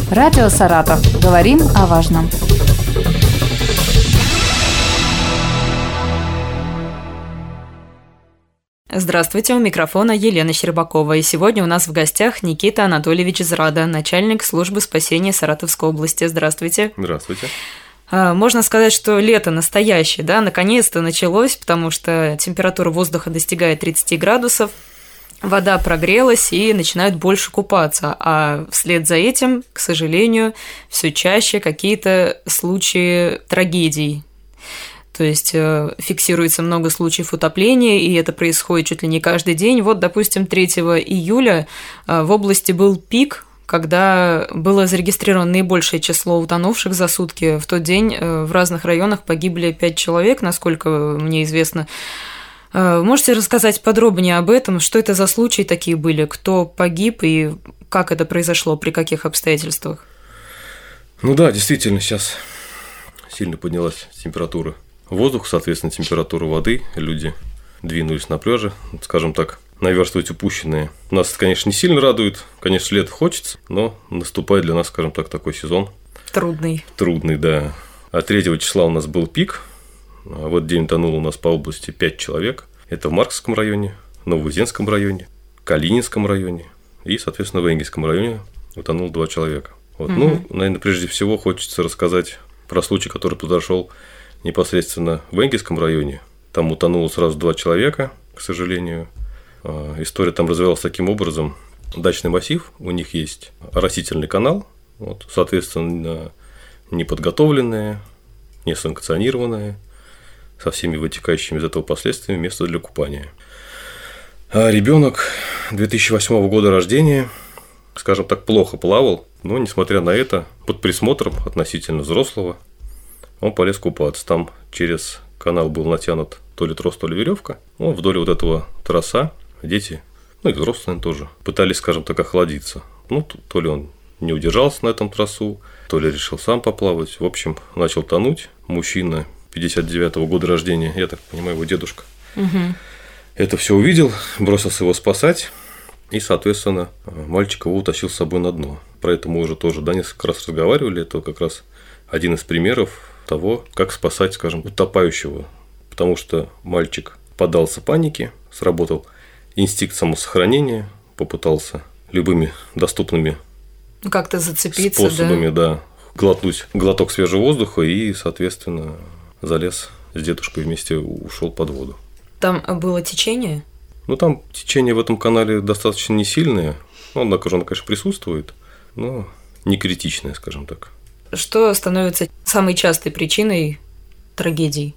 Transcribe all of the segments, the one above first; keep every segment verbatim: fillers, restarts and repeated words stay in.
Радио Саратов. Говорим о важном. Здравствуйте, у микрофона Елена Щербакова. И сегодня у нас в гостях Никита Анатольевич Зрада, начальник службы спасения Саратовской области. Здравствуйте. Здравствуйте. Можно сказать, что лето настоящее, да, наконец-то началось, потому что температура воздуха достигает тридцать градусов, вода прогрелась и начинают больше купаться, а вслед за этим, к сожалению, все чаще какие-то случаи трагедий. То есть фиксируется много случаев утопления, и это происходит чуть ли не каждый день. Вот, допустим, третьего июля в области был пик, когда было зарегистрировано наибольшее число утонувших за сутки. В тот день в разных районах погибли пять человек, насколько мне известно. Можете рассказать подробнее об этом? Что это за случаи такие были? Кто погиб и как это произошло, при каких обстоятельствах? Ну да, действительно, сейчас сильно поднялась температура воздуха, соответственно, температура воды. Люди двинулись на пляже, скажем так, наверстывать упущенные. Нас это, конечно, не сильно радует. Конечно, лето хочется, но наступает для нас, скажем так, такой сезон. Трудный. Трудный, да. А третьего числа у нас был пик. В этот день тонуло у нас по области пять человек. Это в Марковском районе, Новоузенском районе, Калининском районе и, соответственно, в Энгельском районе утонуло два человека. Вот. Угу. Ну, наверное, прежде всего хочется рассказать про случай, который произошел непосредственно в Энгельском районе. Там утонуло сразу два человека, к сожалению. История там развивалась таким образом. Дачный массив, у них есть оросительный канал, вот, соответственно, неподготовленное, несанкционированное, со всеми вытекающими из этого последствиями место для купания. А ребенок две тысячи восьмого года рождения, скажем так, плохо плавал, но, несмотря на это, под присмотром относительно взрослого, он полез купаться. Там через канал был натянут то ли трос, то ли веревка. Он вдоль вот этого троса дети, ну и взрослые тоже, пытались, скажем так, охладиться. Ну, то ли он не удержался на этом тросу, то ли решил сам поплавать. В общем, начал тонуть. Мужчина пятьдесят девятого года рождения, я так понимаю, его дедушка, угу. Это все увидел, бросился его спасать. И, соответственно, мальчик его утащил с собой на дно. Про это мы уже тоже, да, несколько раз разговаривали. Это как раз один из примеров того, как спасать, скажем, утопающего. Потому что мальчик поддался панике, сработал инстинкт самосохранения, попытался любыми доступными как-то зацепиться, способами, да? Да, глотнуть глоток свежего воздуха и, соответственно, залез с дедушкой вместе, ушел под воду. Там было течение? Ну, там течение в этом канале достаточно не сильное. Однако же оно, конечно, присутствует, но не критичное, скажем так. Что становится самой частой причиной трагедий?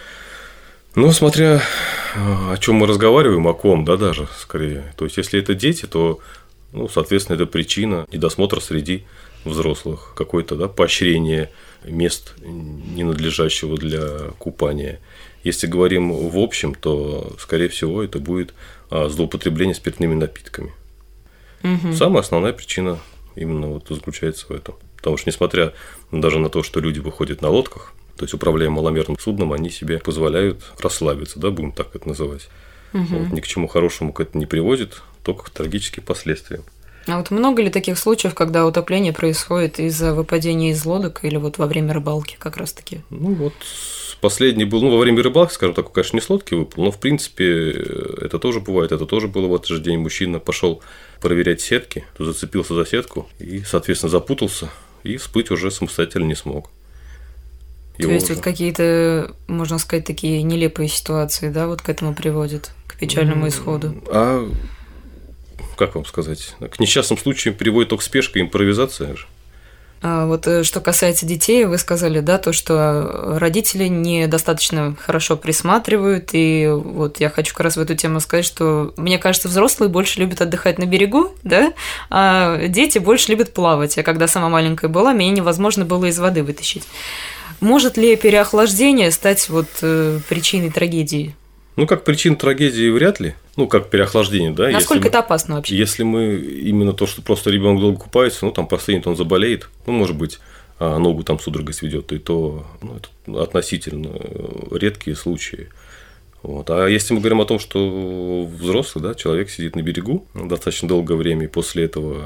Ну, смотря о чем мы разговариваем, о ком, да, даже скорее. То есть, если это дети, то, ну, соответственно, это причина недосмотра среди взрослых, какое-то, да, поощрение мест ненадлежащего для купания. Если говорим в общем, то, скорее всего, это будет злоупотребление спиртными напитками. Угу. Самая основная причина именно вот заключается в этом. Потому что, несмотря даже на то, что люди выходят на лодках, то есть, управляя маломерным судном, они себе позволяют расслабиться, да, будем так это называть. Угу. Вот, ни к чему хорошему это не приводит, только к трагическим последствиям. А вот много ли таких случаев, когда утопление происходит из-за выпадения из лодок или вот во время рыбалки как раз-таки? Ну, вот последний был, ну, во время рыбалки, скажем так, конечно, не с лодки выпал, но, в принципе, это тоже бывает, это тоже было в этот же день. Мужчина пошел проверять сетки, зацепился за сетку и, соответственно, запутался, и всплыть уже самостоятельно не смог. Его То есть, уже... вот какие-то, можно сказать, такие нелепые ситуации, да, вот к этому приводят, к печальному исходу? А как вам сказать? К несчастным случаям приводит только спешка и импровизация же. А вот что касается детей, вы сказали, да, то, что родители недостаточно хорошо присматривают, и вот я хочу как раз в эту тему сказать, что, мне кажется, взрослые больше любят отдыхать на берегу, да, а дети больше любят плавать, а когда сама маленькая была, меня невозможно было из воды вытащить. Может ли переохлаждение стать вот причиной трагедии? Ну, как причина трагедии вряд ли. Ну, как переохлаждение, да. Насколько если это мы, опасно вообще? Если мы именно то, что просто ребенок долго купается, ну, там последний он заболеет, ну, может быть, ногу там судорогой сведет, и то, ну, это относительно редкие случаи. Вот. А если мы говорим о том, что взрослый, да, человек сидит на берегу достаточно долгое время, и после этого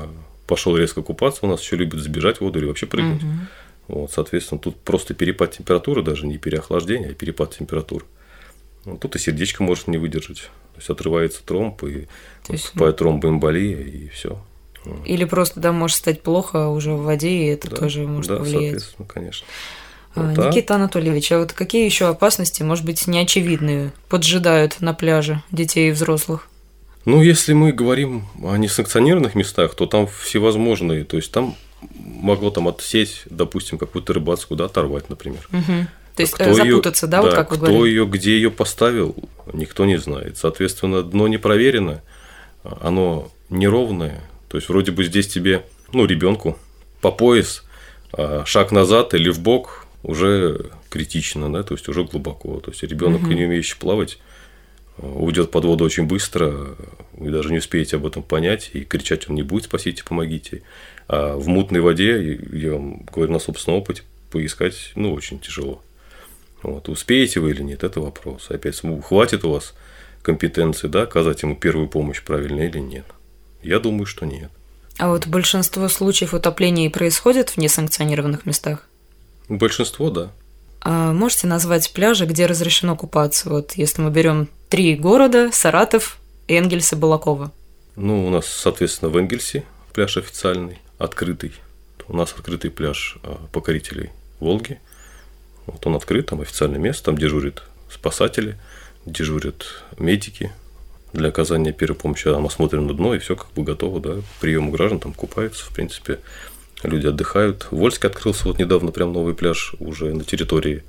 пошел резко купаться, у нас еще любят забежать в воду или вообще прыгнуть. Угу. Вот, соответственно, тут просто перепад температуры, даже не переохлаждение, а перепад температуры. Вот, тут и сердечко может не выдержать. То есть отрывается тромб, и наступает тромбоэмболия, и все. Или просто, да, может стать плохо уже в воде, и это да, тоже может да, повлиять. Соответственно, конечно. Вот, Никита так. Анатольевич, а вот какие еще опасности, может быть, неочевидные, поджидают на пляже детей и взрослых? Ну, если мы говорим о несанкционированных местах, то там всевозможные, то есть там могло там отсесть, допустим, какую-то рыбацкую, да, оторвать, например. Угу. То есть кто запутаться, её, да, вот да, как вы кто говорите? Ее, где ее поставил, никто не знает. Соответственно, дно не проверено, оно неровное. То есть вроде бы здесь тебе, ну, ребенку по пояс, шаг назад или в бок уже критично, да, то есть уже глубоко. То есть ребенок, угу. не умеющий плавать, уйдет под воду очень быстро, вы даже не успеете об этом понять, и кричать он не будет: спасите, помогите. А в мутной воде, я вам говорю на собственном опыте, поискать, ну, очень тяжело. Вот. Успеете вы или нет, это вопрос. Опять, хватит у вас компетенции, да, оказать ему первую помощь правильно или нет? Я думаю, что нет. А вот большинство случаев утопления происходит в несанкционированных местах? Большинство, да. А можете назвать пляжи, где разрешено купаться? Вот если мы берем три города: Саратов, Энгельс и Балаково. Ну, у нас, соответственно, в Энгельсе пляж официальный, открытый. У нас открытый пляж покорителей Волги. Вот он открыт, там официальное место, там дежурят спасатели, дежурят медики для оказания первой помощи. Там осмотрено дно, и все как бы готово, да, к приему граждан, там купаются, в принципе, люди отдыхают. В Вольске открылся вот недавно прям новый пляж уже на территории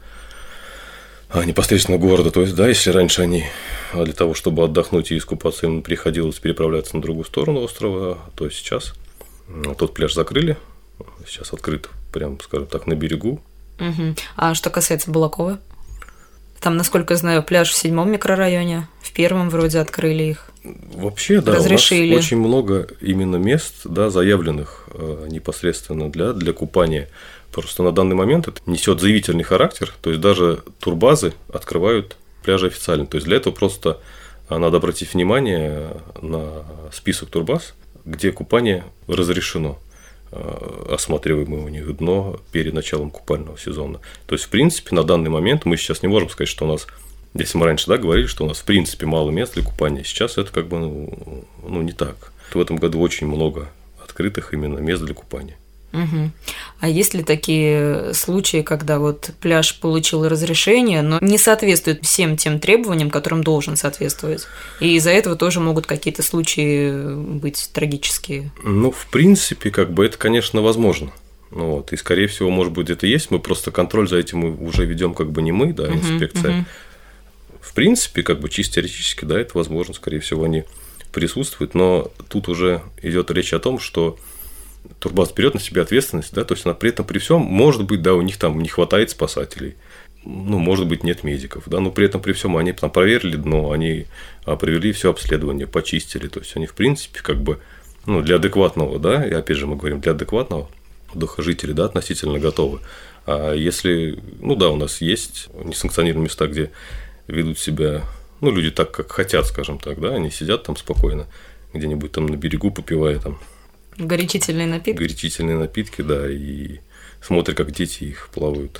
а, непосредственно города. То есть, да, если раньше они для того, чтобы отдохнуть и искупаться, им приходилось переправляться на другую сторону острова, то сейчас тот пляж закрыли, сейчас открыт прям, скажем так, на берегу. Угу. А что касается Балакова? Там, насколько я знаю, пляж в седьмом микрорайоне, в первом вроде открыли их. Вообще, да, разрешили. У нас очень много именно мест, да, заявленных э, непосредственно для, для купания. Просто на данный момент это несет заявительный характер, то есть даже турбазы открывают пляжи официально. То есть для этого просто надо обратить внимание на список турбаз, где купание разрешено. Осматриваем у них дно перед началом купального сезона. То есть, в принципе, на данный момент мы сейчас не можем сказать, что у нас, если мы раньше, да, говорили, что у нас в принципе мало мест для купания, сейчас это как бы ну, ну не так. В этом году очень много открытых именно мест для купания. Угу. А есть ли такие случаи, когда вот пляж получил разрешение, но не соответствует всем тем требованиям, которым должен соответствовать? И из-за этого тоже могут какие-то случаи быть трагические? Ну, в принципе, как бы это, конечно, возможно. Ну, вот. И, скорее всего, может быть, это есть. Мы просто контроль за этим мы уже ведем как бы не мы, да, инспекция. Uh-huh, uh-huh. В принципе, как бы чисто теоретически, да, это возможно. Скорее всего, они присутствуют. Но тут уже идет речь о том, что турбаз берет на себя ответственность, да, то есть она при этом при всем, может быть, да, у них там не хватает спасателей, ну, может быть, нет медиков, да, но при этом при всем они там проверили дно, они провели все обследование, почистили, то есть они, в принципе, как бы, ну, для адекватного, да, и опять же мы говорим, для адекватного отдыха жителей, да, относительно готовы. А если, ну да, у нас есть несанкционированные места, где ведут себя, ну, люди так, как хотят, скажем так, да, они сидят там спокойно, где-нибудь там на берегу, попивая там горячительные напитки. Горячительные напитки, да, и смотрят, как дети их плавают.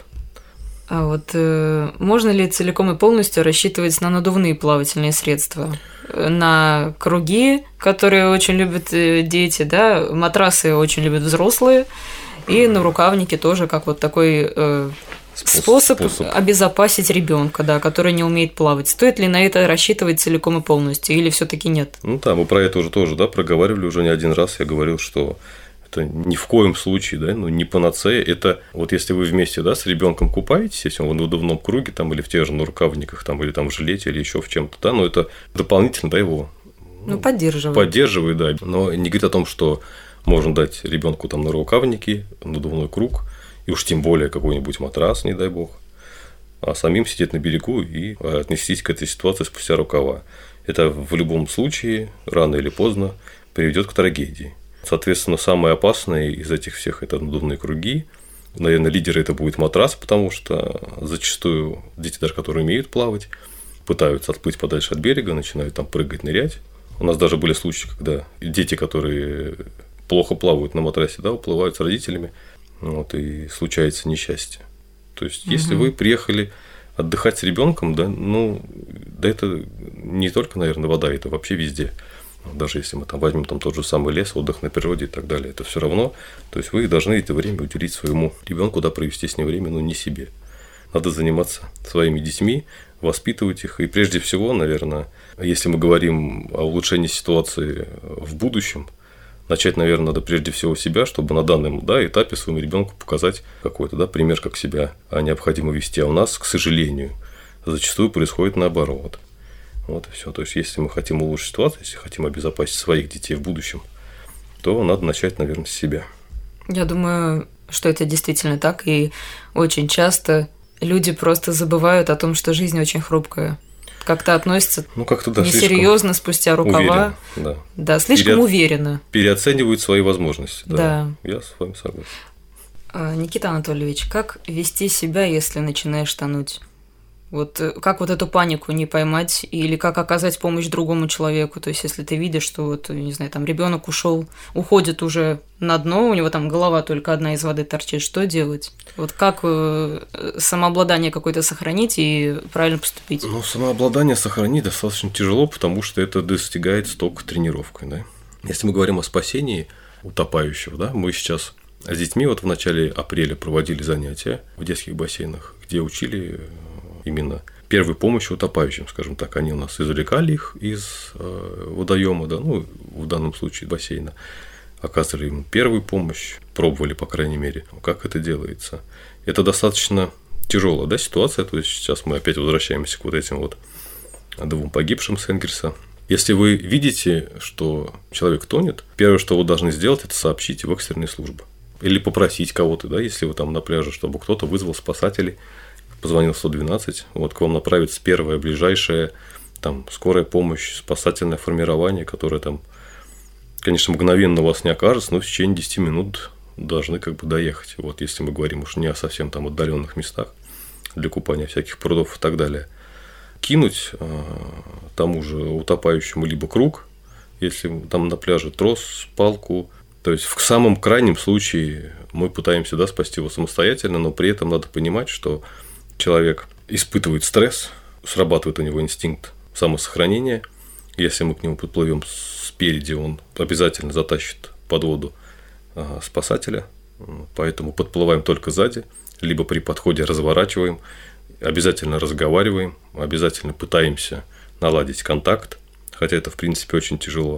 А вот э, можно ли целиком и полностью рассчитывать на надувные плавательные средства? На круги, которые очень любят дети, да, матрасы очень любят взрослые, и на рукавники тоже, как вот такой э, способ, способ обезопасить ребенка, да, который не умеет плавать. Стоит ли на это рассчитывать целиком и полностью, или все-таки нет? Ну да, мы про это уже тоже, да, проговаривали уже не один раз. Я говорил, что это ни в коем случае, да, ну не панацея. Это вот если вы вместе, да, с ребенком купаетесь, если он в надувном круге там или в тех же нарукавниках там или там в жилете или еще в чем-то, да, но это дополнительно, да, его ну, поддерживает. Поддерживает, да, но не говорит о том, что можно дать ребенку там нарукавники, надувной круг. И уж тем более какой-нибудь матрас, не дай бог, а самим сидеть на берегу и отнестись к этой ситуации спустя рукава. Это в любом случае, рано или поздно, приведет к трагедии. Соответственно, самое опасное из этих всех – это надувные круги. Наверное, лидеры – это будет матрас, потому что зачастую дети, даже которые умеют плавать, пытаются отплыть подальше от берега, начинают там прыгать, нырять. У нас даже были случаи, когда дети, которые плохо плавают на матрасе, да, уплывают с родителями, вот, и случается несчастье. То есть, если угу. вы приехали отдыхать с ребенком, да, ну, да это не только, наверное, вода, это вообще везде. Даже если мы там возьмем там тот же самый лес, отдых на природе и так далее, это все равно. То есть вы должны это время уделить своему ребенку, да, провести с ним время, но не себе. Надо заниматься своими детьми, воспитывать их. И прежде всего, наверное, если мы говорим о улучшении ситуации в будущем, начать, наверное, надо прежде всего себя, чтобы на данном, да, этапе своему ребенку показать какой-то, да, пример, как себя необходимо вести. А у нас, к сожалению, зачастую происходит наоборот. Вот и все. То есть, если мы хотим улучшить ситуацию, если хотим обезопасить своих детей в будущем, то надо начать, наверное, с себя. Я думаю, что это действительно так, и очень часто люди просто забывают о том, что жизнь очень хрупкая. Как-то относятся ну, как-то, да, несерьезно, спустя рукава. Уверенно, да. да, слишком Пере... уверенно. Переоценивают свои возможности. Да. да. Я с вами согласен. А, Никита Анатольевич, как вести себя, если начинаешь тонуть? Вот как вот эту панику не поймать, или как оказать помощь другому человеку? То есть, если ты видишь, что вот, не знаю, там ребенок ушел, уходит уже на дно, у него там голова только одна из воды торчит, что делать? Вот как самообладание какое-то сохранить и правильно поступить? Ну, самообладание сохранить достаточно тяжело, потому что это достигается только тренировкой, да? Если мы говорим о спасении утопающего, да, мы сейчас с детьми вот в начале апреля проводили занятия в детских бассейнах, где учили именно первой помощи утопающим, скажем так. Они у нас извлекали их из водоема, да, ну, в данном случае бассейна, оказывали им первую помощь, пробовали, по крайней мере, как это делается. Это достаточно тяжелая, да, ситуация, то есть сейчас мы опять возвращаемся к вот этим вот двум погибшим с Энгельса. Если вы видите, что человек тонет, первое, что вы должны сделать, это сообщить в экстренные службы. Или попросить кого-то, да, если вы там на пляже, чтобы кто-то вызвал спасателей, позвонил сто двенадцать, вот к вам направится первая, ближайшая, там, скорая помощь, спасательное формирование, которое там, конечно, мгновенно у вас не окажется, но в течение десяти минут должны как бы доехать. Вот если мы говорим уж не о совсем там отдаленных местах для купания всяких прудов и так далее. Кинуть э, тому же утопающему либо круг, если там на пляже трос, палку. То есть в самом крайнем случае мы пытаемся, да, спасти его самостоятельно, но при этом надо понимать, что человек испытывает стресс, срабатывает у него инстинкт самосохранения. Если мы к нему подплывем спереди, он обязательно затащит под воду спасателя. Поэтому подплываем только сзади, либо при подходе разворачиваем, обязательно разговариваем, обязательно пытаемся наладить контакт, хотя это, в принципе, очень тяжело.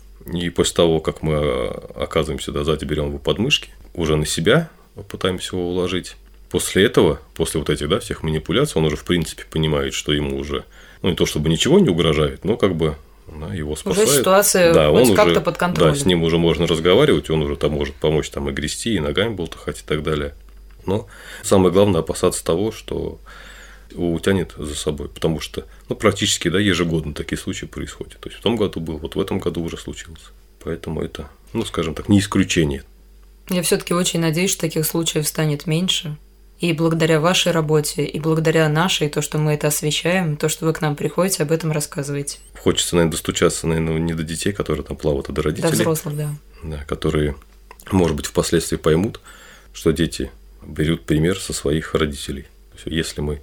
И после того, как мы оказываемся, да, сзади, берем его подмышки, уже на себя пытаемся его уложить. После этого, после вот этих, да, всех манипуляций, он уже, в принципе, понимает, что ему уже, ну, не то чтобы ничего не угрожает, но как бы, да, его спасает. Уже ситуация да, хоть как-то уже, под контролем. Да, с ним уже можно разговаривать, он уже там может помочь там и грести, и ногами болтыхать и так далее. Но самое главное опасаться того, что его утянет за собой, потому что, ну, практически, да, ежегодно такие случаи происходят. То есть в том году был, вот в этом году уже случилось. Поэтому это, ну, скажем так, не исключение. Я все-таки очень надеюсь, что таких случаев станет меньше. И благодаря вашей работе, и благодаря нашей, то, что мы это освещаем, то, что вы к нам приходите, об этом рассказываете. Хочется, наверное, достучаться, наверное, не до детей, которые там плавают, а до родителей. До взрослых, да. Да, которые, может быть, впоследствии поймут, что дети берут пример со своих родителей. Если мы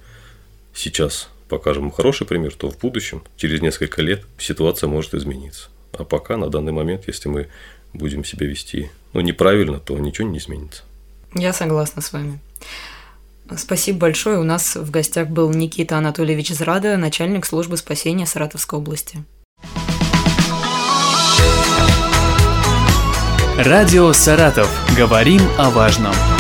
сейчас покажем им хороший пример, то в будущем, через несколько лет, ситуация может измениться. А пока, на данный момент, если мы будем себя вести, ну, неправильно, то ничего не изменится. Я согласна с вами. Спасибо большое. У нас в гостях был Никита Анатольевич Зрада, начальник службы спасения Саратовской области. Радио «Саратов». Говорим о важном.